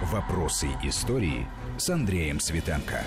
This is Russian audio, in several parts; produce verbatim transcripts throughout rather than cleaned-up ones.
Вопросы истории с Андреем Светенко.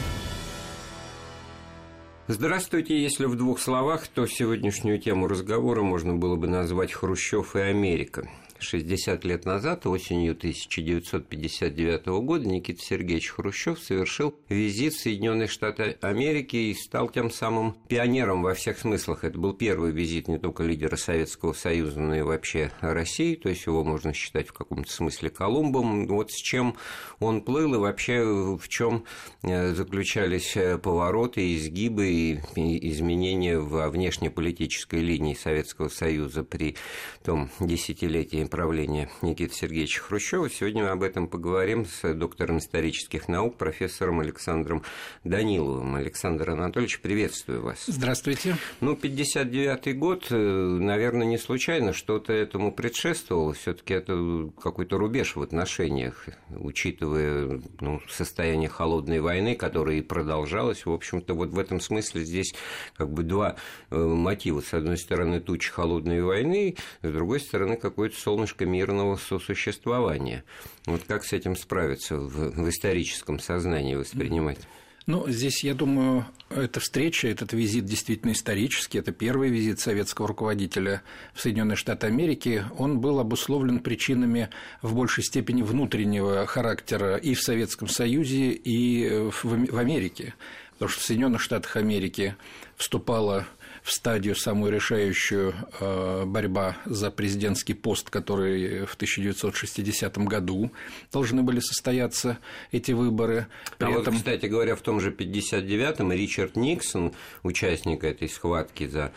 Здравствуйте. Если в двух словах, то сегодняшнюю тему разговора можно было бы назвать «Хрущев и Америка». шестьдесят лет назад, осенью тысяча девятьсот пятьдесят девятого года, Никита Сергеевич Хрущев совершил визит в Соединенные Штаты Америки и стал тем самым пионером во всех смыслах. Это был первый визит не только лидера Советского Союза, но и вообще России, то есть его можно считать в каком-то смысле Колумбом. Вот с чем он плыл и вообще в чем заключались повороты, изгибы и изменения во внешнеполитической линии Советского Союза при том десятилетии правления Никиты Сергеевича Хрущева. Сегодня мы об этом поговорим с доктором исторических наук, профессором Александром Даниловым. Александр Анатольевич, приветствую вас. Здравствуйте. Ну, пятьдесят девятый год, наверное, не случайно, что-то этому предшествовало. Все-таки это какой-то рубеж в отношениях, учитывая ну, состояние холодной войны, которая и продолжалась. В общем-то, вот в этом смысле здесь как бы два мотива. С одной стороны, тучи холодной войны, с другой стороны, какой-то солнечный солнышко мирного сосуществования. Вот как с этим справиться в, в историческом сознании воспринимать? Ну, здесь, я думаю, эта встреча, этот визит действительно исторический. Это первый визит советского руководителя в Соединенные Штаты Америки. Он был обусловлен причинами в большей степени внутреннего характера и в Советском Союзе, и в Америке. Потому что в Соединенных Штатах Америки вступала в стадию самую решающую борьба за президентский пост, который в тысяча девятьсот шестидесятом году должны были состояться эти выборы. При а этом... вот, кстати говоря, в том же пятьдесят девятом Ричард Никсон, участник этой схватки за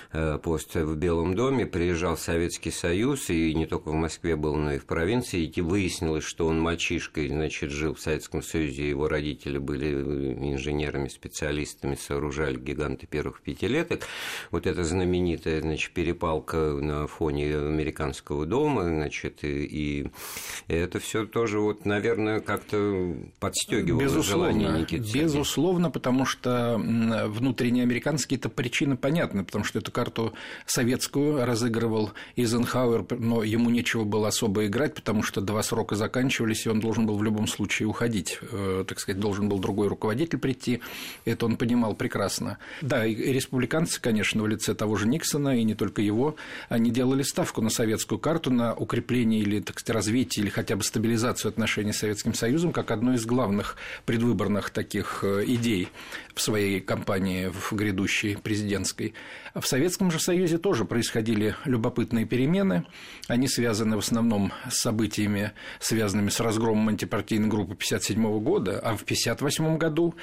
пост в Белом доме, приезжал в Советский Союз, и не только в Москве был, но и в провинции, и выяснилось, что он мальчишкой, значит, жил в Советском Союзе, его родители были инженерами, специалистами, сооружали гиганты первых пятилеток. Вот эта знаменитая, значит, перепалка на фоне американского дома, значит, и, и это все тоже, вот, наверное, как-то подстегивало желание Никиты Сергеевича. Безусловно, потому что внутренние американские-то причины понятны, потому что эту карту советскую разыгрывал Эйзенхауэр, но ему нечего было особо играть, потому что два срока заканчивались, и он должен был в любом случае уходить, так сказать, должен был другой руководитель прийти, это он понимал прекрасно. Да, и республиканцы, конечно, в лице того же Никсона, и не только его, они делали ставку на советскую карту, на укрепление или, так сказать, развитие, или хотя бы стабилизацию отношений с Советским Союзом, как одной из главных предвыборных таких идей в своей кампании в грядущей президентской. В Советском же Союзе тоже происходили любопытные перемены. Они связаны в основном с событиями, связанными с разгромом антипартийной группы пятьдесят седьмого года, а в пятьдесят восьмом году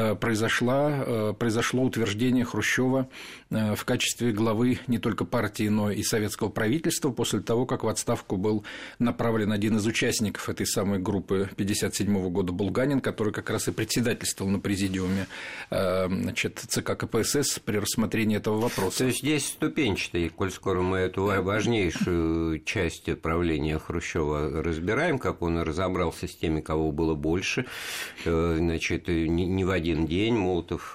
произошло, произошло утверждение Хрущева в качестве главы не только партии, но и советского правительства после того, как в отставку был направлен один из участников этой самой группы пятьдесят седьмого года Булганин, который как раз и председательствовал на президиуме, значит, ЦК КПСС при рассмотрении этого вопроса. То есть здесь ступенчатый, коль скоро мы эту важнейшую часть правления Хрущева разбираем, как он разобрался с теми, кого было больше, значит, не в один день Молотов,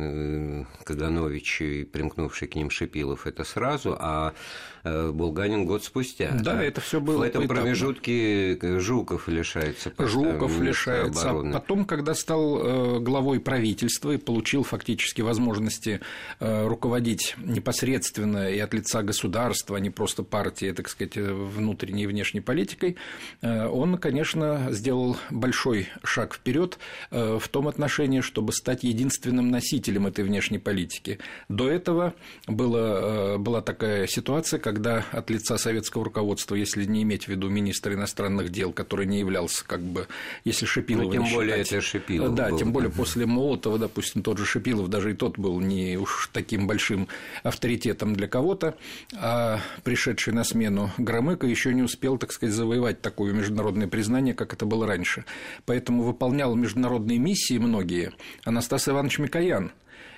Каганович и примкнувший к ним Шипилов — это сразу, а Булганин год спустя. Да, это все было. В этом поэтапно. Промежутке Жуков лишается. Жуков лишается. А потом, когда стал главой правительства и получил фактически возможности руководить непосредственно и от лица государства, а не просто партии, так сказать, внутренней и внешней политикой, он, конечно, сделал большой шаг вперед в том отношении, чтобы стать единственным носителем этой внешней политики. До этого было, была такая ситуация, когда от лица советского руководства, если не иметь в виду министра иностранных дел, который не являлся, как бы, если Шипилова, ну, тем не более считать, это Шипилов да, был. тем более после Молотова, допустим, тот же Шипилов, даже и тот был не уж таким большим авторитетом для кого-то, а пришедший на смену Громыко еще не успел, так сказать, завоевать такое международное признание, как это было раньше. Поэтому выполнял международные миссии многие Анастас Иванович Микоян.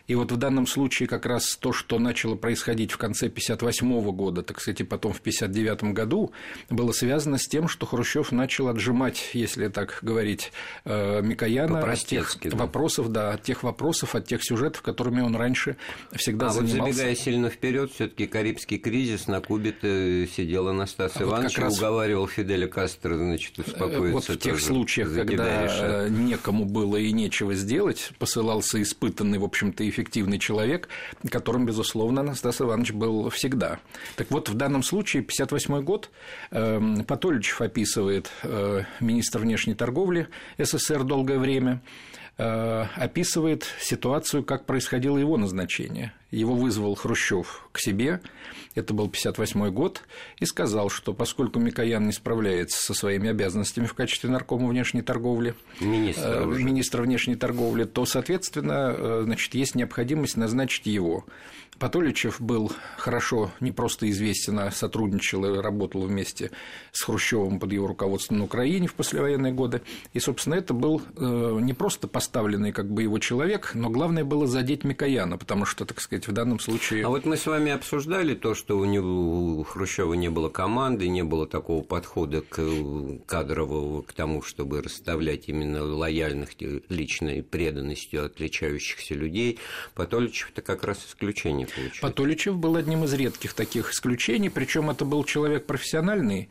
И вот в данном случае как раз то, что начало происходить в конце пятьдесят восьмого года, так сказать, и потом в пятьдесят девятом году, было связано с тем, что Хрущев начал отжимать, если так говорить, Микояна от тех да. вопросов, да, от тех вопросов, от тех сюжетов, которыми он раньше всегда а занимался. Вот забегая сильно вперед, все-таки Карибский кризис, на Кубе-то сидел Анастас а Иванович, вот уговаривал Фиделя Кастро, значит, успокоиться. Вот в тех случаях, когда решат. некому было и нечего сделать, посылался испытанный, в общем-то, эффективный человек, которым, безусловно, Анастас Иванович был всегда. Так вот, в данном случае, пятьдесят восьмой год, Патоличев описывает, министр внешней торговли СССР долгое время, описывает ситуацию, как происходило его назначение. Его вызвал Хрущев к себе, это был пятьдесят восьмой год, и сказал, что поскольку Микоян не справляется со своими обязанностями в качестве наркома внешней торговли, министра, э, министра внешней торговли, то, соответственно, э, значит, есть необходимость назначить его. Патоличев был хорошо не просто известен, а сотрудничал и работал вместе с Хрущевым под его руководством на Украине в послевоенные годы. И, собственно, это был э, не просто поставленный как бы его человек, но главное было задеть Микояна, потому что, так сказать, в данном случае… А вот мы с вами обсуждали то, что у него, у Хрущева не было команды, не было такого подхода к кадрового, к тому, чтобы расставлять именно лояльных, личной преданностью отличающихся людей. Патоличев – это как раз исключение получается. Патоличев был одним из редких таких исключений, причем это был человек профессиональный.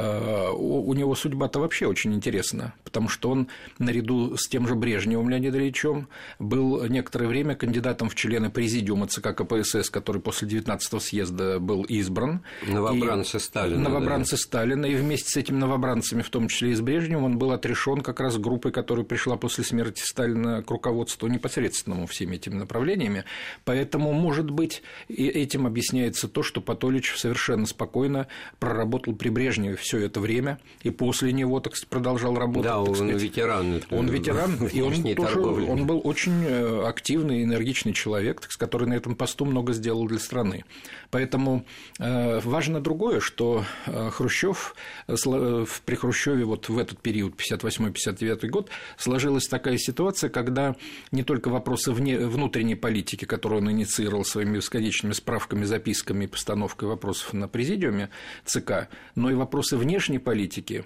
У него судьба-то вообще очень интересна, потому что он наряду с тем же Брежневым Леонидом Ильичем был некоторое время кандидатом в члены президиума ЦК КПСС, который после девятнадцатого съезда был избран. Новобранцы Сталина. Новобранцы да. Сталина. И вместе с этими новобранцами, в том числе и с Брежневым, он был отрешен как раз группой, которая пришла после смерти Сталина к руководству непосредственному всеми этими направлениями. Поэтому, может быть, и этим объясняется то, что Патоличев совершенно спокойно проработал при Брежневе все это время, и после него, так сказать, продолжал работать. Да, он сказать. ветеран. Он ветеран, и он тоже он был очень активный, энергичный человек, который на этом посту много сделал для страны. Поэтому важно другое, что Хрущев, при Хрущеве вот в этот период, пятьдесят восьмой — пятьдесят девятый год, сложилась такая ситуация, когда не только вопросы вне, внутренней политики, которую он инициировал своими бесконечными справками, записками и постановкой вопросов на президиуме ЦК, но и вопросы внешней политики.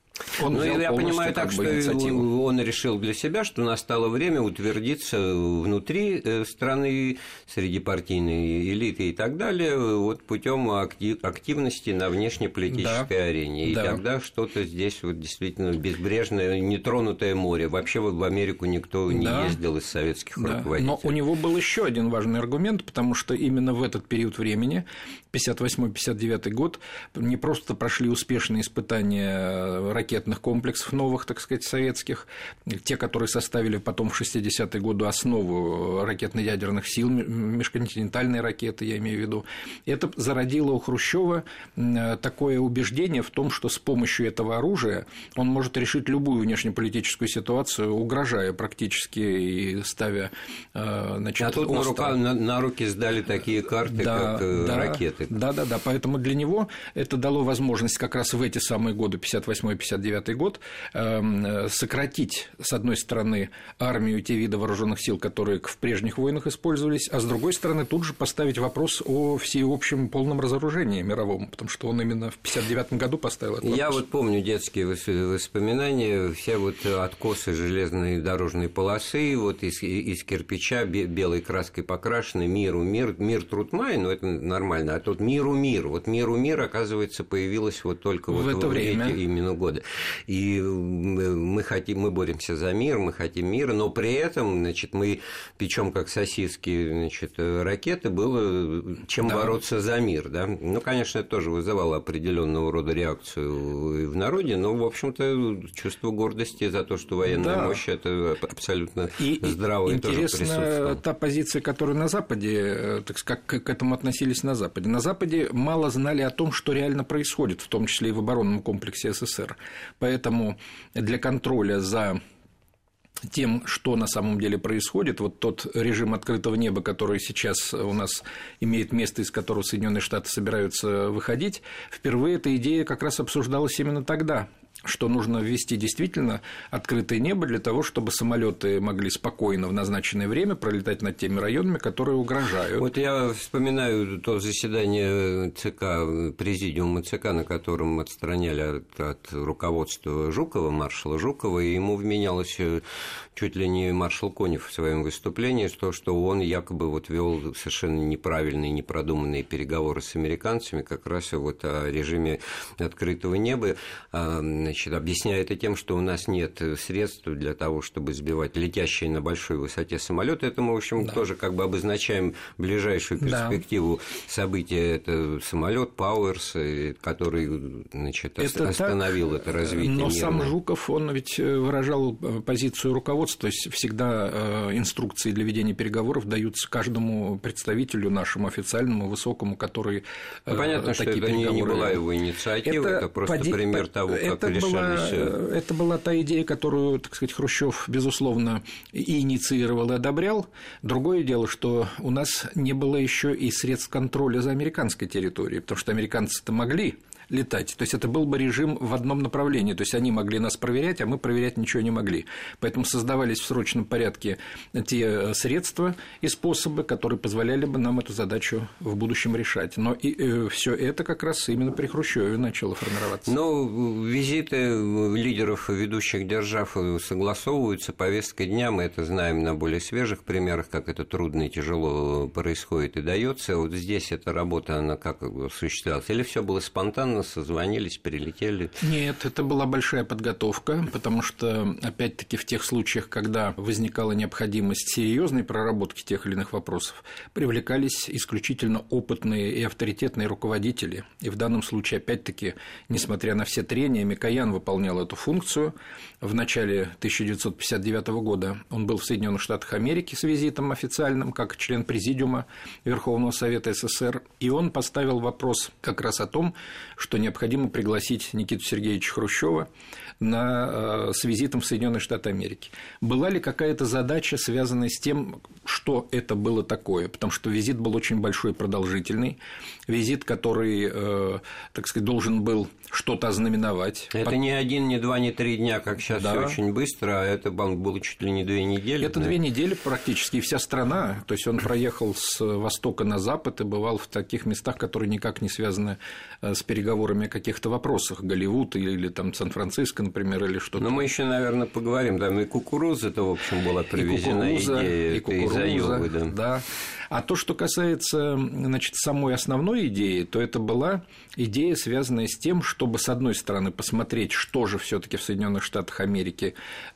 Он ну, я понимаю так, что инициативу. Он решил для себя, что настало время утвердиться внутри страны, среди партийной элиты и так далее, вот путем активности на внешнеполитической да. арене. И да. тогда что-то здесь вот действительно безбрежное, нетронутое море. Вообще в Америку никто не да. ездил из советских да. руководителей. Но у него был еще один важный аргумент, потому что именно в этот период времени, пятьдесят восьмой — пятьдесят девятый год, не просто прошли успешные испытания ракетных комплексов новых, так сказать, советских, те, которые составили потом в шестидесятые годы основу ракетно-ядерных сил, межконтинентальные ракеты, я имею в виду. Это зародило у Хрущева такое убеждение в том, что с помощью этого оружия он может решить любую внешнеполитическую ситуацию, угрожая практически и ставя, значит, а тут на, рука, на, на руки сдали такие карты, да, как да, ракеты. Да, да, да. Поэтому для него это дало возможность как раз в эти самые годы, пятьдесят восьмой — пятьдесят девятый год, сократить, с одной стороны, армию и те виды вооруженных сил, которые в прежних войнах использовались, а с другой стороны, тут же поставить вопрос о всеобщем полном разоружении мировом, потому что он именно в пятьдесят девятом году поставил этот вопрос. Я вот помню детские воспоминания, все вот откосы железной дорожной полосы, вот из, из кирпича белой краской покрашены, миру мир, мир труд май, ну это нормально, а тут миру мир, вот миру мир, оказывается, появилось вот только в вот это в время. эти именно годы. И мы хотим, мы боремся за мир, мы хотим мира, но при этом, значит, мы печем как сосиски, значит, ракеты, было чем да. бороться за мир, да. Ну, конечно, это тоже вызывало определенного рода реакцию в народе, но, в общем-то, чувство гордости за то, что военная да. мощь, это абсолютно и, здраво и тоже присутствовало. Интересна та позиция, которую на Западе, так сказать, как к этому относились на Западе. На Западе мало знали о том, что реально происходит, в том числе и в оборонном комплексе СССР. Поэтому для контроля за тем, что на самом деле происходит, вот тот режим открытого неба, который сейчас у нас имеет место, из которого Соединенные Штаты собираются выходить, впервые эта идея как раз обсуждалась именно тогда. что нужно ввести действительно открытое небо для того, чтобы самолеты могли спокойно в назначенное время пролетать над теми районами, которые угрожают. Вот я вспоминаю то заседание ЦК, президиума ЦК, на котором отстраняли от, от руководства Жукова, маршала Жукова, и ему вменялось чуть ли не маршал Конев в своем выступлении, то, что он якобы вот вел совершенно неправильные, непродуманные переговоры с американцами как раз вот о режиме открытого неба. Значит, объясняя это тем, что у нас нет средств для того, чтобы сбивать летящие на большой высоте самолеты. Это мы, в общем, да. тоже как бы обозначаем ближайшую перспективу да. события. Это самолет Пауэрс, который, значит, это остановил так, это развитие. Но мирное. Сам Жуков, он ведь выражал позицию руководства, то есть всегда инструкции для ведения переговоров даются каждому представителю нашему официальному, высокому, который ну, понятно, такие что это переговоры... не была его инициатива, это, это просто поди... пример того, как это решались... Была, это была та идея, которую, так сказать, Хрущев, безусловно, и инициировал, и одобрял. Другое дело, что у нас не было еще и средств контроля за американской территорией, потому что американцы-то могли летать. То есть это был бы режим в одном направлении. То есть они могли нас проверять, а мы проверять ничего не могли. Поэтому создавались в срочном порядке те средства и способы, которые позволяли бы нам эту задачу в будущем решать. Но и э, все это как раз именно при Хрущеве начало формироваться. Но визиты лидеров ведущих держав согласовываются повесткой дня. Мы это знаем на более свежих примерах, как это трудно и тяжело происходит и дается. Вот здесь эта работа, она как осуществлялась? Или все было спонтанно? Созвонились, перелетели? Нет, это была большая подготовка, потому что, опять-таки, в тех случаях, когда возникала необходимость серьезной проработки тех или иных вопросов, привлекались исключительно опытные и авторитетные руководители. И в данном случае, опять-таки, несмотря на все трения, Микоян выполнял эту функцию. В начале тысяча девятьсот пятьдесят девятого года он был в Соединенных Штатах Америки с визитом официальным, как член Президиума Верховного Совета СССР, и он поставил вопрос как раз о том, что необходимо пригласить Никиту Сергеевича Хрущева на, с визитом в Соединенные Штаты Америки. Была ли какая-то задача, связанная с тем, что это было такое? Потому что визит был очень большой и продолжительный. Визит, который, э, так сказать, должен был что-то ознаменовать. Это Под... не один, не два, не три дня, как сейчас да. все очень быстро, а это было чуть ли не две недели. Это да? две недели практически, и вся страна. То есть он проехал с востока на запад и бывал в таких местах, которые никак не связаны с переговорами о каких-то вопросах. Голливуд или, или там Сан-Франциско, например, или что-то. Но мы еще, наверное, поговорим. Да, и кукуруза-то, в общем, была привезена, и кукуруза, идея и кукуруза, из Айовы, да. да. А то, что касается, значит, самой основной идеи, то это была идея, связанная с тем, чтобы, с одной стороны, посмотреть, что же все-таки в Соединенных Штатах Америки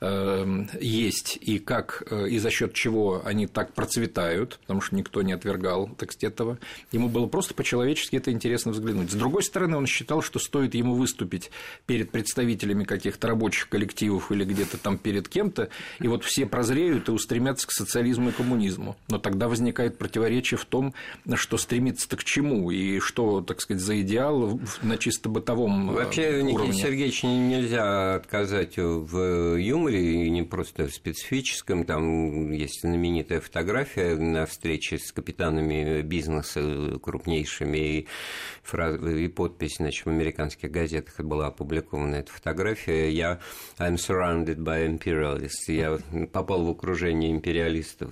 э, есть и как, э, и за счет чего они так процветают, потому что никто не отвергал, так сказать, этого. Ему было просто по-человечески это интересно взглянуть. С другой стороны, он считал, что стоит ему выступить перед представителями каких-то рабочих коллективов или где-то там перед кем-то, и вот все прозреют и устремятся к социализму и коммунизму. Но тогда возникает противоречие в том, что стремиться-то к чему и что, так сказать, за идеал на чисто бытовом Вообще, уровне. Никите Сергеевичу нельзя отказать в юморе, и не просто в специфическом. Там есть знаменитая фотография на встрече с капитанами бизнеса крупнейшими, и, фраз... и подпись, значит, в американских газетах была опубликована эта фотография. Я I'm surrounded by imperialists. Я попал в окружение империалистов.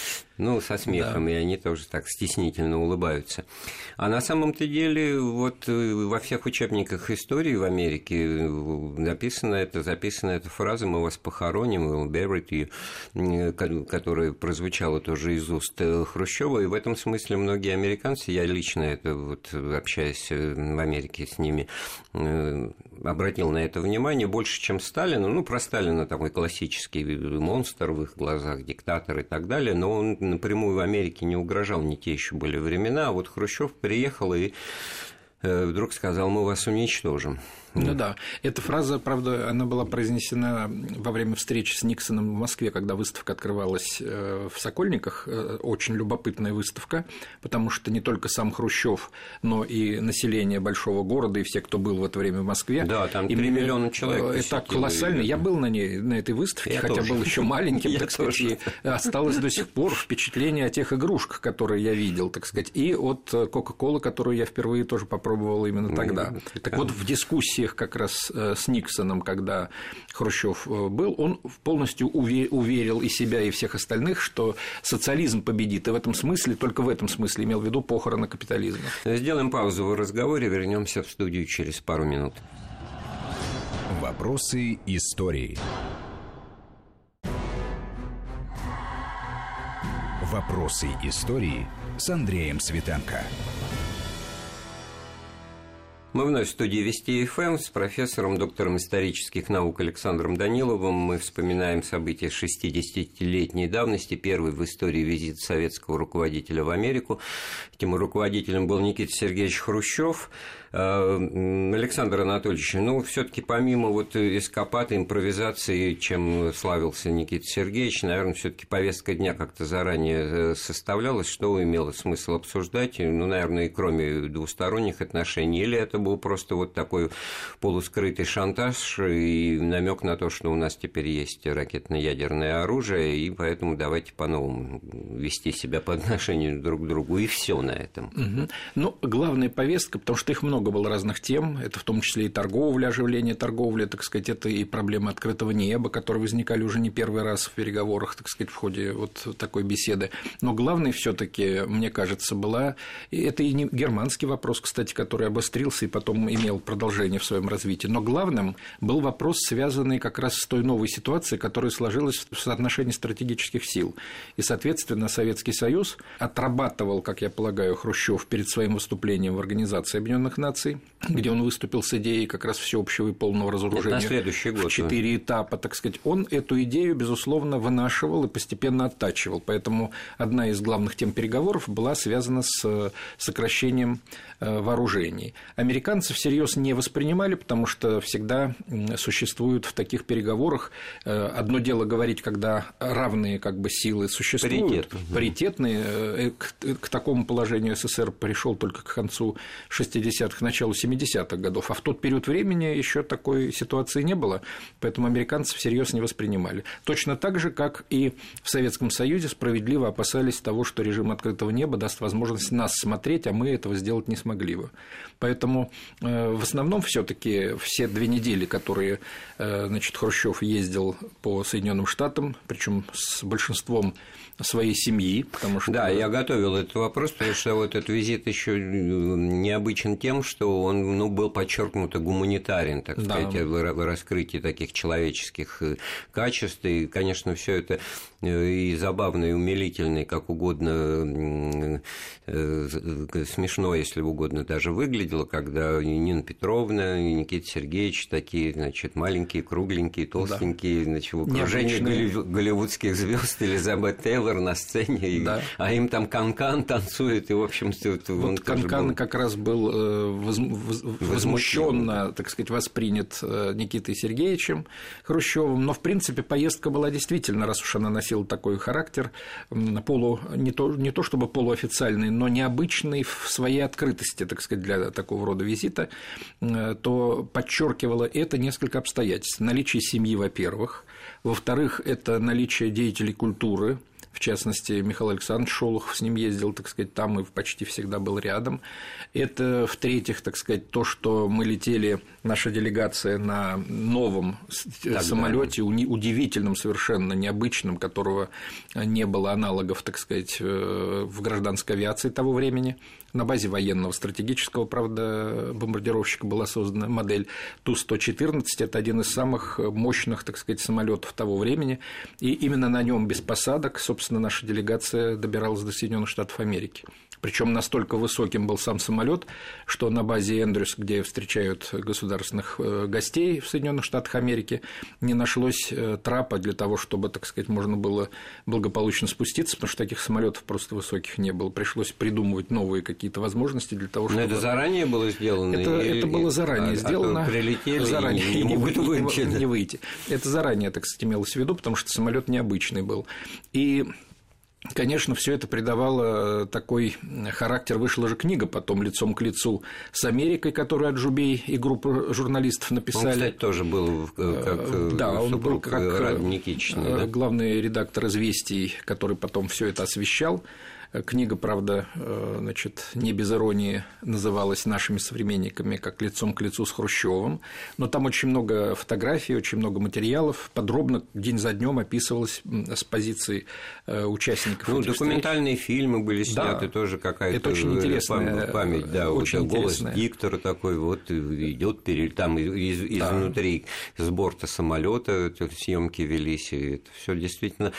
Ну, со смехом, да. И они тоже так стеснительно улыбаются. А на самом-то деле, вот во всех учебниках истории в Америке написана эта, записана эта фраза «Мы вас похороним», «We'll bury you», которая прозвучала тоже из уст Хрущева, и в этом смысле многие американцы, я лично это, вот, общаясь в Америке с ними, обратил на это внимание больше, чем Сталина. Ну, про Сталина такой классический монстр в их глазах, диктатор и так далее, но он напрямую в Америке не угрожал, не те еще были времена, а вот Хрущев приехал и вдруг сказал: мы вас уничтожим. Ну да, эта фраза, правда, она была произнесена во время встречи с Никсоном в Москве, когда выставка открывалась в Сокольниках, очень любопытная выставка, потому что не только сам Хрущев, но и население большого города и все, кто был в это время в Москве. Да, там три миллиона человек. Это колоссально. Я был на ней, на этой выставке, я хотя тоже. был еще маленьким, так сказать, и осталось до сих пор впечатление о тех игрушках, которые я видел, так сказать, и от Кока-Колы, которую я впрямую тоже попробовал именно тогда. Так вот, в дискуссии дискуссиях как раз с Никсоном, когда Хрущев был, он полностью уверил и себя, и всех остальных, что социализм победит. И в этом смысле, только в этом смысле имел в виду похороны капитализма. Сделаем паузу в разговоре, вернемся в студию через пару минут. Вопросы истории. Вопросы истории с Андреем Светенко. Мы вновь в студии Вести эф эм с профессором, доктором исторических наук Александром Даниловым. Мы вспоминаем события шестидесятилетней давности, первый в истории визит советского руководителя в Америку. Этим руководителем был Никита Сергеевич Хрущев. Александр Анатольевич, ну, все-таки помимо вот эскапада, импровизации, чем славился Никита Сергеевич, наверное, все-таки повестка дня как-то заранее составлялась, что имело смысл обсуждать, ну, наверное, и кроме двусторонних отношений, или это был просто вот такой полускрытый шантаж и намек на то, что у нас теперь есть ракетно-ядерное оружие, и поэтому давайте по-новому вести себя по отношению друг к другу, и все на этом. Угу. Ну, главная повестка, потому что их много было разных тем, это в том числе и торговля, оживление торговли, так сказать, это и проблемы открытого неба, которые возникали уже не первый раз в переговорах, так сказать, в ходе вот такой беседы. Но главной все-таки, мне кажется, была, это и не германский вопрос, кстати, который обострился и потом имел продолжение в своем развитии, но главным был вопрос, связанный как раз с той новой ситуацией, которая сложилась в соотношении стратегических сил. И, соответственно, Советский Союз отрабатывал, как я полагаю, Хрущев перед своим выступлением в Организации Объединенных Наций, где он выступил с идеей как раз всеобщего и полного разоружения на следующий год, в четыре этапа, так сказать, он эту идею, безусловно, вынашивал и постепенно оттачивал. Поэтому одна из главных тем переговоров была связана с сокращением вооружений. Американцы всерьез не воспринимали, потому что всегда существуют в таких переговорах одно дело говорить, когда равные как бы силы существуют, Паритет. паритетные. К, к такому положению СССР пришел только к концу шестидесятых, началу семидесятых годов, а в тот период времени еще такой ситуации не было, поэтому американцы всерьез не воспринимали. Точно так же, как и в Советском Союзе справедливо опасались того, что режим открытого неба даст возможность нас смотреть, а мы этого сделать не смогли бы. Поэтому в основном все-таки все две недели, которые, значит, Хрущев ездил по Соединенным Штатам, причем с большинством своей семьи, потому что… Да, я готовил этот вопрос, потому что вот этот визит еще необычен тем, что он, ну, был подчеркнуто гуманитарен, так да. сказать, в раскрытии таких человеческих качеств, и, конечно, все это и забавно, и умилительно, и как угодно смешно, если угодно, даже выглядело, когда Нина Петровна и Никита Сергеевич такие, значит, маленькие, кругленькие, толстенькие, да. значит, в окружении голли- голливудских звезд, Элизабет Тейлор на сцене, да. и, а им там Канкан танцует, и, в общем-то… Вот Канкан был... как раз был воз... возмущенно, так сказать, воспринят Никитой Сергеевичем Хрущевым, но, в принципе, поездка была действительно, раз уж она носила такой характер, полу... не, то, не то чтобы полуофициальный, но необычный в своей открытости, так сказать, для такого рода визита, то подчеркивало это несколько обстоятельств. Наличие семьи, во-первых, во-вторых, это наличие деятелей культуры. В частности, Михаил Александрович Шолохов с ним ездил, так сказать, там и почти всегда был рядом. Это, в-третьих, так сказать, то, что мы летели, наша делегация, на новом так, самолете, да. удивительном, совершенно необычном, которого не было аналогов, так сказать, в гражданской авиации того времени. На базе военного стратегического, правда, бомбардировщика была создана модель Ту сто четырнадцать. Это один из самых мощных, так сказать, самолетов того времени. И именно на нем без посадок, собственно, наша делегация добиралась до Соединенных Штатов Америки. Причем настолько высоким был сам самолет, что на базе Эндрюс, где встречают государственных гостей в Соединенных Штатах Америки, не нашлось трапа для того, чтобы, так сказать, можно было благополучно спуститься, потому что таких самолетов просто высоких не было. Пришлось придумывать новые какие-то возможности для того, чтобы… Но это заранее было сделано? Это, или… это было заранее а, сделано. А прилетели заранее и не, не могут выйти. Не выйти. Это заранее, так сказать, имелось в виду, потому что самолет необычный был. И… Конечно, все это придавало такой характер. Вышла же книга потом «Лицом к лицу с Америкой», которую Аджубей и группа журналистов написали. Он, кстати, тоже был как, да, он был как Никитичный, да? главный редактор «Известий», который потом все это освещал. Книга, правда, значит, не без иронии называлась нашими современниками как «Лицом к лицу с Хрущевым», но там очень много фотографий, очень много материалов, подробно день за днем описывалось с позиции участников. Ну, этих документальные встреч. фильмы были сняты, да, тоже какая-то это очень интересная память, да, очень вот голос интересная. диктора такой, вот идет там из, из, да. изнутри, с борта самолета съемки велись, и это все действительно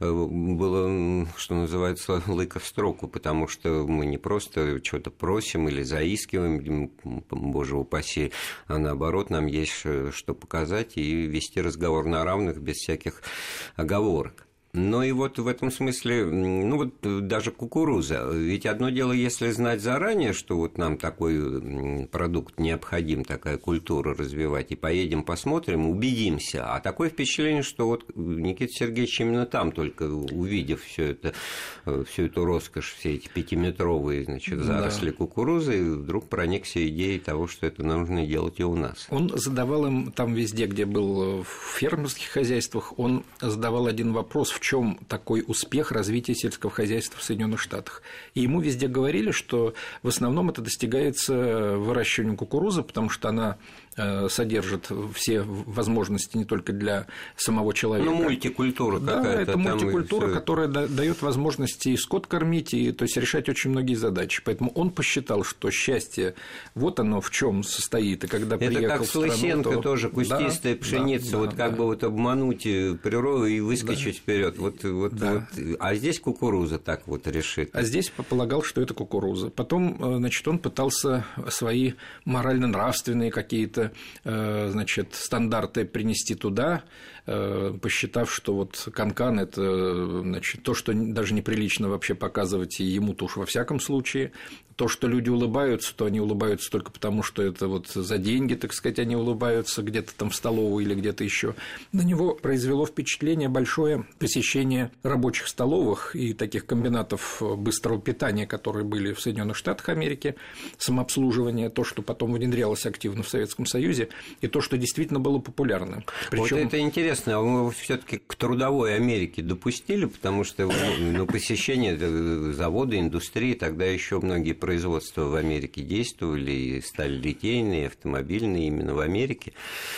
было, что называется, лыко в строку, потому что мы не просто что-то просим или заискиваем, боже упаси, а наоборот, нам есть что показать и вести разговор на равных без всяких оговорок. Ну и вот в этом смысле, ну вот даже кукуруза. Ведь одно дело, если знать заранее, что вот нам такой продукт необходим, такая культура развивать, и поедем посмотрим, убедимся. А такое впечатление, что вот Никита Сергеевич именно там, только увидев все это, всю эту роскошь, все эти пятиметровые, значит, заросли, да, кукурузы, вдруг проникся идеей того, что это нужно делать и у нас. Он задавал им там везде, где был в фермерских хозяйствах, он задавал один вопрос: в чем такой успех развития сельского хозяйства в Соединенных Штатах. И ему везде говорили, что в основном это достигается выращиванием кукурузы, потому что она содержит все возможности не только для самого человека. Ну, мультикультура какая-то. Да, это мультикультура, и... которая дает возможности и скот кормить, и, то есть решать очень многие задачи. Поэтому он посчитал, что счастье, вот оно в чем состоит. И когда это приехал как в страну, Лысенко то... тоже, кустистая да, пшеница, да, вот да, как да. бы вот обмануть природу и выскочить, да, вперед. Вот, вот, да. вот. А здесь кукуруза так вот решит. А здесь полагал, что это кукуруза. Потом, значит, он пытался свои морально-нравственные какие-то, значит, стандарты принести туда, посчитав, что вот канкан – это, значит, то, что даже неприлично вообще показывать, и ему-то уж во всяком случае. То, что люди улыбаются, то они улыбаются только потому, что это вот за деньги, так сказать, они улыбаются где-то там в столовой или где-то еще. На него произвело впечатление большое посещение рабочих столовых и таких комбинатов быстрого питания, которые были в Соединенных Штатах Америки, самообслуживание, то, что потом внедрялось активно в Советском Союзе, и то, что действительно было популярно. Причём... Вот это интересно, а вы все-таки к трудовой Америке допустили, потому что ну, посещение завода, индустрии, тогда еще многие производства в Америке действовали, и сталелитейные, автомобильные именно в Америке.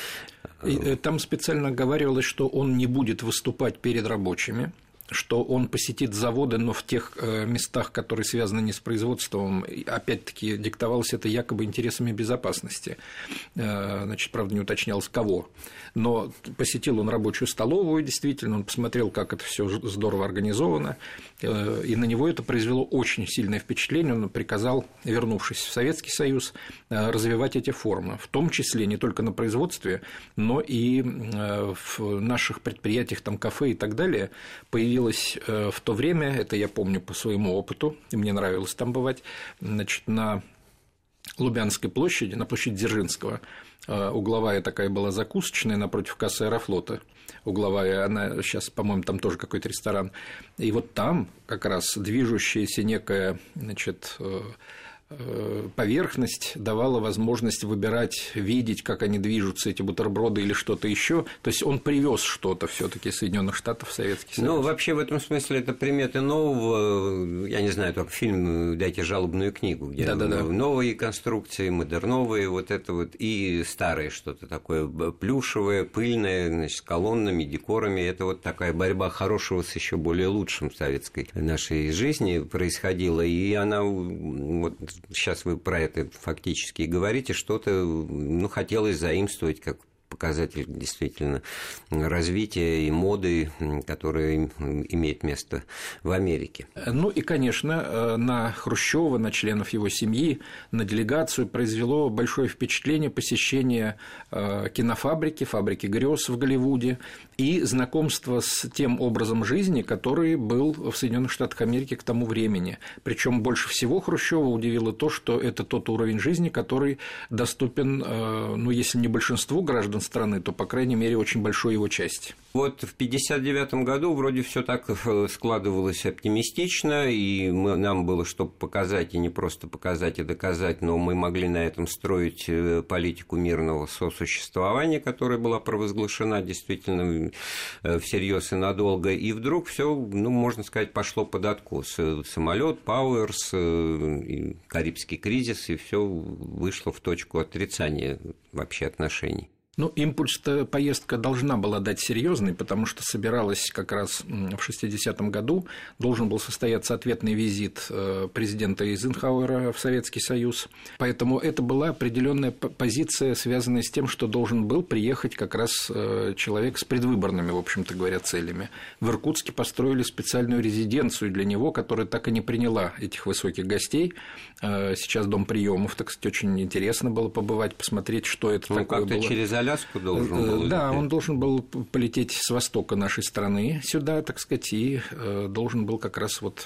И там специально оговаривалось, что он не будет выступать перед рабочими, что он посетит заводы, но в тех местах, которые связаны не с производством, опять-таки диктовалось это якобы интересами безопасности. Значит, правда, не уточнялось, кого. Но посетил он рабочую столовую, действительно, он посмотрел, как это все здорово организовано, и на него это произвело очень сильное впечатление. Он приказал, вернувшись в Советский Союз, развивать эти формы, в том числе не только на производстве, но и в наших предприятиях, там, кафе и так далее, появилось в то время, это я помню по своему опыту, и мне нравилось там бывать, значит, на Лубянской площади, на площади Дзержинского, угловая такая была закусочная напротив кассы Аэрофлота, угловая, она сейчас, по-моему, там тоже какой-то ресторан, и вот там как раз движущаяся некая, значит, поверхность давала возможность выбирать, видеть, как они движутся, эти бутерброды или что-то еще. То есть он привез что-то все-таки Соединенных Штатов в Советский Союз. Ну, вообще в этом смысле это приметы нового, я не знаю, только фильм «Дайте жалобную книгу», где Да-да-да. новые конструкции, модерновые, вот это вот, и старое что-то такое плюшевое, пыльное, значит, с колоннами, декорами. Это вот такая борьба хорошего с еще более лучшим в советской нашей жизни происходила, и она вот. Сейчас вы про это фактически и говорите, что-то, ну, хотелось заимствовать как показатель действительно развития и моды, которая имеет место в Америке. Ну и, конечно, на Хрущева, на членов его семьи, на делегацию произвело большое впечатление посещение кинофабрики, фабрики грез в Голливуде и знакомство с тем образом жизни, который был в Соединенных Штатах Америки к тому времени. Причем больше всего Хрущева удивило то, что это тот уровень жизни, который доступен, ну, если не большинству граждан страны, то, по крайней мере, очень большой его части. Вот в пятьдесят девятом году вроде все так складывалось оптимистично, и мы, нам было, чтобы показать, и не просто показать и доказать, но мы могли на этом строить политику мирного сосуществования, которая была провозглашена действительно всерьез и надолго, и вдруг все, ну, можно сказать, пошло под откос. Самолет, Пауэрс, Карибский кризис, и все вышло в точку отрицания вообще отношений. Ну, импульс-то поездка должна была дать серьезный, потому что собиралась как раз в шестидесятом году, должен был состояться ответный визит президента Эйзенхауэра в Советский Союз. Поэтому это была определенная позиция, связанная с тем, что должен был приехать как раз человек с предвыборными, в общем-то говоря, целями. В Иркутске построили специальную резиденцию для него, которая так и не приняла этих высоких гостей. Сейчас дом приемов, так сказать, очень интересно было побывать, посмотреть, что это ну, такое было. Через Аляску должен был Да, лететь. Он должен был полететь с востока нашей страны сюда, так сказать, и должен был как раз вот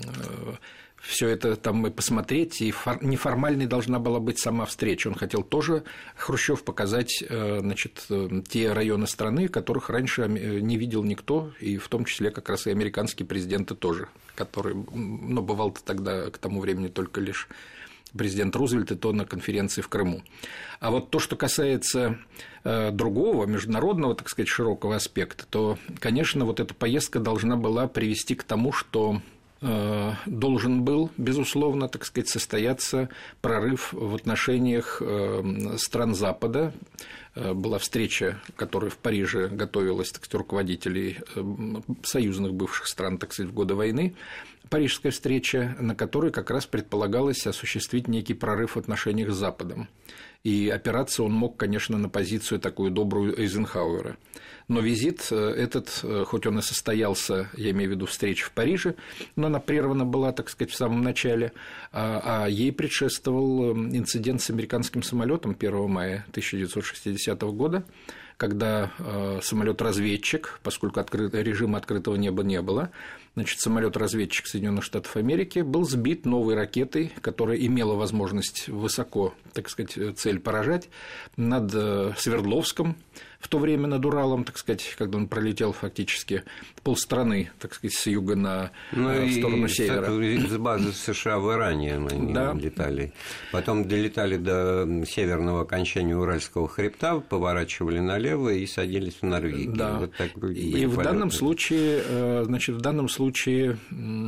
все это там и посмотреть, и неформальной должна была быть сама встреча. Он хотел тоже, Хрущев, показать, значит, те районы страны, которых раньше не видел никто, и в том числе как раз и американские президенты тоже, который, ну, бывал-то тогда к тому времени только лишь президент Рузвельт, и то на конференции в Крыму. А вот то, что касается э, другого, международного, так сказать, широкого аспекта, то, конечно, вот эта поездка должна была привести к тому, что э, должен был, безусловно, так сказать, состояться прорыв в отношениях э, стран Запада. Была встреча, которая в Париже готовилась, так сказать, руководителей союзных бывших стран, так сказать, в годы войны. Парижская встреча, на которой как раз предполагалось осуществить некий прорыв в отношениях с Западом. И опираться он мог, конечно, на позицию такую добрую Эйзенхауэра. Но визит этот, хоть он и состоялся, я имею в виду встречу в Париже, но она прервана была, так сказать, в самом начале, а, а ей предшествовал инцидент с американским самолетом первого мая тысяча девятьсот шестидесятого года, когда э, самолет-разведчик, поскольку открыт, режима открытого неба не было, значит, самолет-разведчик Соединенных Штатов Америки был сбит новой ракетой, которая имела возможность высоко, так сказать, цель поражать, над э, Свердловском, в то время над Уралом, так сказать, когда он пролетел фактически полстраны, так сказать, с юга на ну, в сторону и севера. С базы США в Иране они да. летали. Потом долетали до северного окончания Уральского хребта, поворачивали налево и садились в Норвегию. Да. Вот так и в данном случае, значит, в данном случае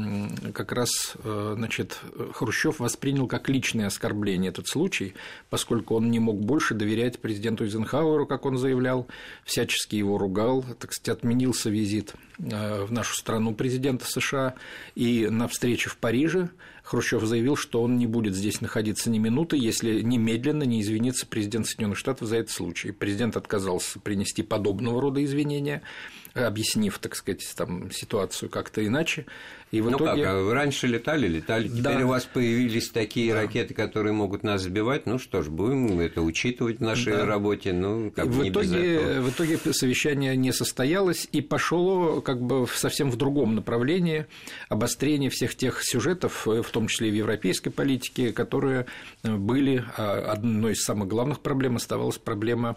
как раз, значит, Хрущев воспринял как личное оскорбление этот случай, поскольку он не мог больше доверять президенту Эйзенхауэру, как он заявлял, всячески его ругал, так сказать, отменился визит в нашу страну президента США, и на встрече в Париже Хрущев заявил, что он не будет здесь находиться ни минуты, если немедленно не извинится президент Соединенных Штатов за этот случай. Президент отказался принести подобного рода извинения, объяснив, так сказать, там, ситуацию как-то иначе. И в ну итоге... как, а раньше летали, летали, теперь да. у вас появились такие да. ракеты, которые могут нас сбивать, ну что ж, будем это учитывать в нашей да. работе, ну как бы не без этого. В итоге совещание не состоялось и пошло как бы совсем в другом направлении, обострение всех тех сюжетов, в том числе и в европейской политике, которые были, одной из самых главных проблем оставалась проблема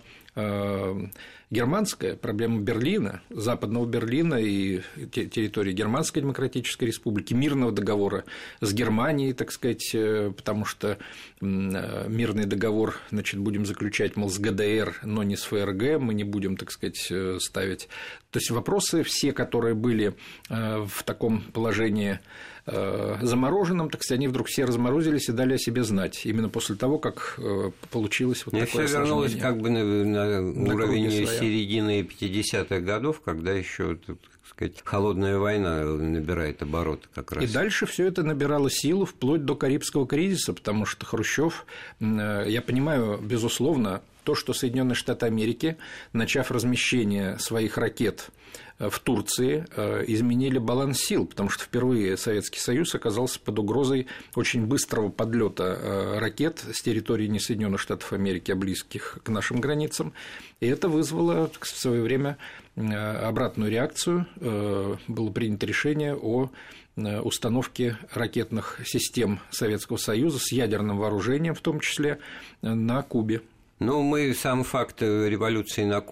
германская, проблема Берлина, Западного Берлина и территории Германской Демократической Республики, мирного договора с Германией, так сказать, потому что мирный договор, значит, будем заключать, мол, с ГДР, но не с ФРГ, мы не будем, так сказать, ставить. То есть вопросы все, которые были в таком положении замороженном, так сказать, они вдруг все разморозились и дали о себе знать, именно после того, как получилось вот Мне такое всё осложнение. вернулось как бы на, на, на уровень своя. середины пятидесятых годов, когда еще, так сказать, холодная война набирает обороты как раз. И дальше все это набирало силу вплоть до Карибского кризиса, потому что Хрущев, я понимаю, безусловно, то, что Соединенные Штаты Америки, начав размещение своих ракет в Турции, изменили баланс сил, потому что впервые Советский Союз оказался под угрозой очень быстрого подлета ракет с территории не Соединенных Штатов Америки, а близких к нашим границам, и это вызвало в свое время обратную реакцию. Было принято решение о установке ракетных систем Советского Союза с ядерным вооружением, в том числе на Кубе. Ну, мы сам факт революции на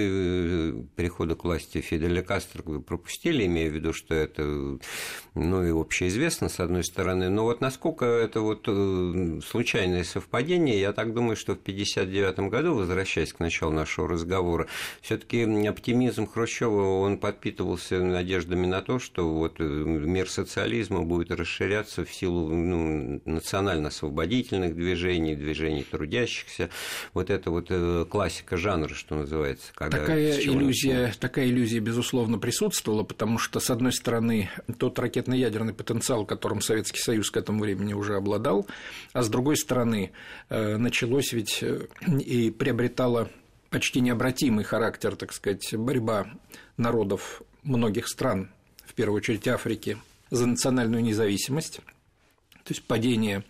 Кубе, прихода к власти Фиделя Кастро пропустили, имея в виду, что это, ну, и общеизвестно, с одной стороны. Но вот насколько это вот случайное совпадение, я так думаю, что в пятьдесят девятом году, возвращаясь к началу нашего разговора, все-таки оптимизм Хрущева, он подпитывался надеждами на то, что вот мир социализма будет расширяться в силу, ну, национально-освободительных движений, движений трудящихся. Вот это вот классика жанра, что называется. Когда такая, иллюзия, такая иллюзия, безусловно, присутствовала, потому что, с одной стороны, тот ракетно-ядерный потенциал, которым Советский Союз к этому времени уже обладал, а с другой стороны, началось ведь и приобретало почти необратимый характер, так сказать, борьба народов многих стран, в первую очередь Африки, за национальную независимость, то есть падение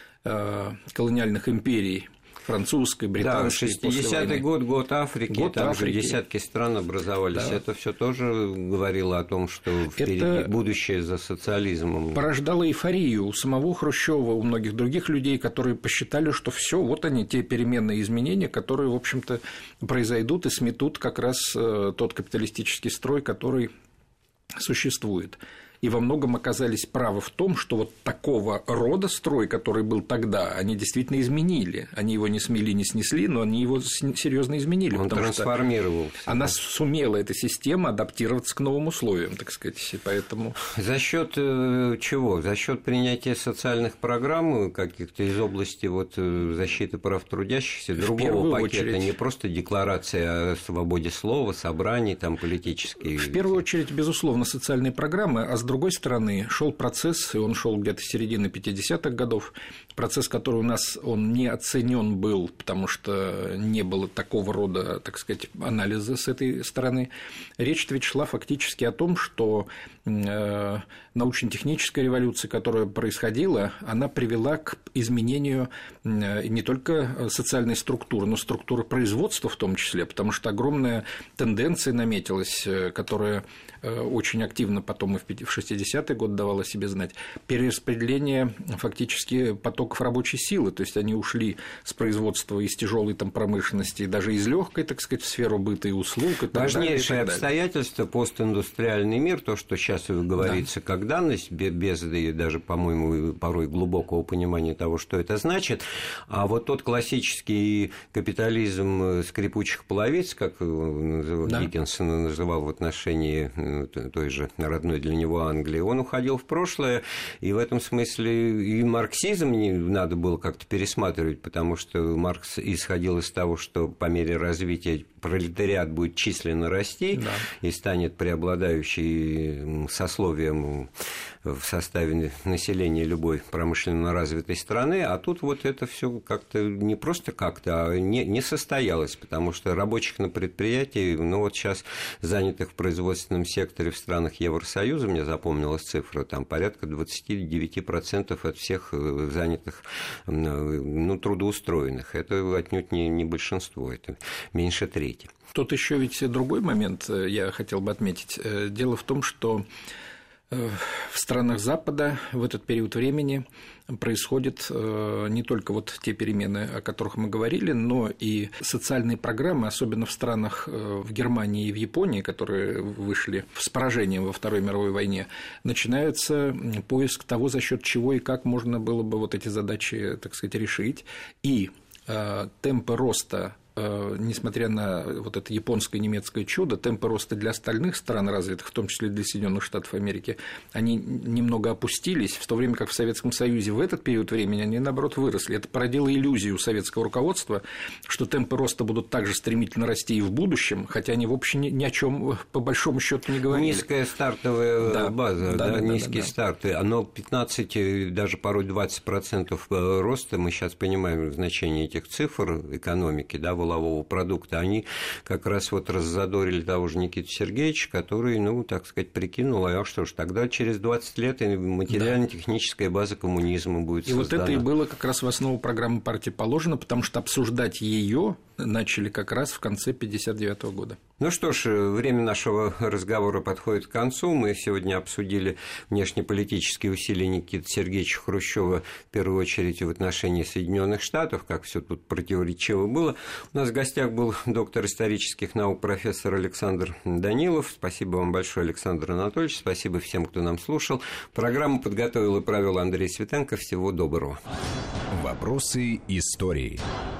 колониальных империй, французской, британской. Да, шестидесятый год, год Африки, год там Африки. Же десятки стран образовались. Да. Это все тоже говорило о том, что впереди это будущее за социализмом. Порождало эйфорию у самого Хрущева, у многих других людей, которые посчитали, что все, вот они, те переменные изменения, которые, в общем-то, произойдут и сметут как раз тот капиталистический строй, который существует. И во многом оказались правы в том, что вот такого рода строй, который был тогда, они действительно изменили. Они его не смели, не снесли, но они его серьезно изменили. Он трансформировался. Она сумела, эта система, адаптироваться к новым условиям, так сказать. И поэтому... За счет чего? За счет принятия социальных программ каких-то из области вот защиты прав трудящихся, другого пакета, очередь... не просто декларация о свободе слова, собраний, там, политические. В первую очередь, безусловно, социальные программы, а с с другой стороны, шел процесс, и он шел где-то с середины пятидесятых годов, процесс, который у нас он не оценен был, потому что не было такого рода, так сказать, анализа с этой стороны. Речь ведь шла фактически о том, что э, научно-техническая революция, которая происходила, она привела к изменению э, не только социальной структуры, но структуры производства в том числе, потому что огромная тенденция наметилась, которая э, очень активно потом и в шестидесятый год давала о себе знать, перераспределение фактически потоков рабочей силы, то есть они ушли с производства из тяжелой там промышленности, даже из легкой, так сказать, в сферу быта и услуг. И важнейшее обстоятельство — постиндустриальный мир, то, что сейчас говорится да. как данность, без даже, по-моему, порой глубокого понимания того, что это значит, а вот тот классический капитализм скрипучих половиц, как да. Диккенсон называл в отношении той же родной для него Англии, он уходил в прошлое, и в этом смысле и марксизм не надо было как-то пересматривать, потому что Маркс исходил из того, что по мере развития пролетариат будет численно расти да. и станет преобладающим сословием в составе населения любой промышленно развитой страны, а тут вот это все как-то не просто как-то, а не, не состоялось, потому что рабочих на предприятии, ну вот сейчас занятых в производственном секторе в странах Евросоюза, мне запомнилась цифра, там порядка двадцать девять процентов от всех занятых, ну, трудоустроенных. Это отнюдь не, не большинство, это меньше трети. Тут еще ведь другой момент я хотел бы отметить. Дело в том, что в странах Запада в этот период времени происходят не только вот те перемены, о которых мы говорили, но и социальные программы, особенно в странах в Германии и в Японии, которые вышли с поражением во Второй мировой войне, начинается поиск того, за счет чего и как можно было бы вот эти задачи, так сказать, решить, и темпы роста, несмотря на вот это японское и немецкое чудо, темпы роста для остальных стран развитых, в том числе для Соединенных Штатов Америки, они немного опустились, в то время как в Советском Союзе в этот период времени они, наоборот, выросли. Это породило иллюзию советского руководства, что темпы роста будут также стремительно расти и в будущем, хотя они, в общем, ни о чем по большому счету не говорили. Низкая стартовая да, да, база, да, да, да, низкие да, да. старты, оно пятнадцать, даже порой двадцать процентов роста, мы сейчас понимаем значение этих цифр экономики, да, волового продукта, они как раз вот раззадорили того же Никиту Сергеевича, который, ну, так сказать, прикинул, а что ж, тогда через двадцать лет и материально-техническая база коммунизма будет и создана. И вот это и было как раз в основу программы партии положено, потому что обсуждать ее начали как раз в конце тысяча девятьсот пятьдесят девятого года. Ну что ж, время нашего разговора подходит к концу. Мы сегодня обсудили внешнеполитические усилия Никиты Сергеевича Хрущева, в первую очередь в отношении Соединенных Штатов, как все тут противоречиво было. У нас в гостях был доктор исторических наук, профессор Александр Данилов. Спасибо вам большое, Александр Анатольевич. Спасибо всем, кто нам слушал. Программу подготовил и провел Андрей Светенко. Всего доброго. Вопросы истории.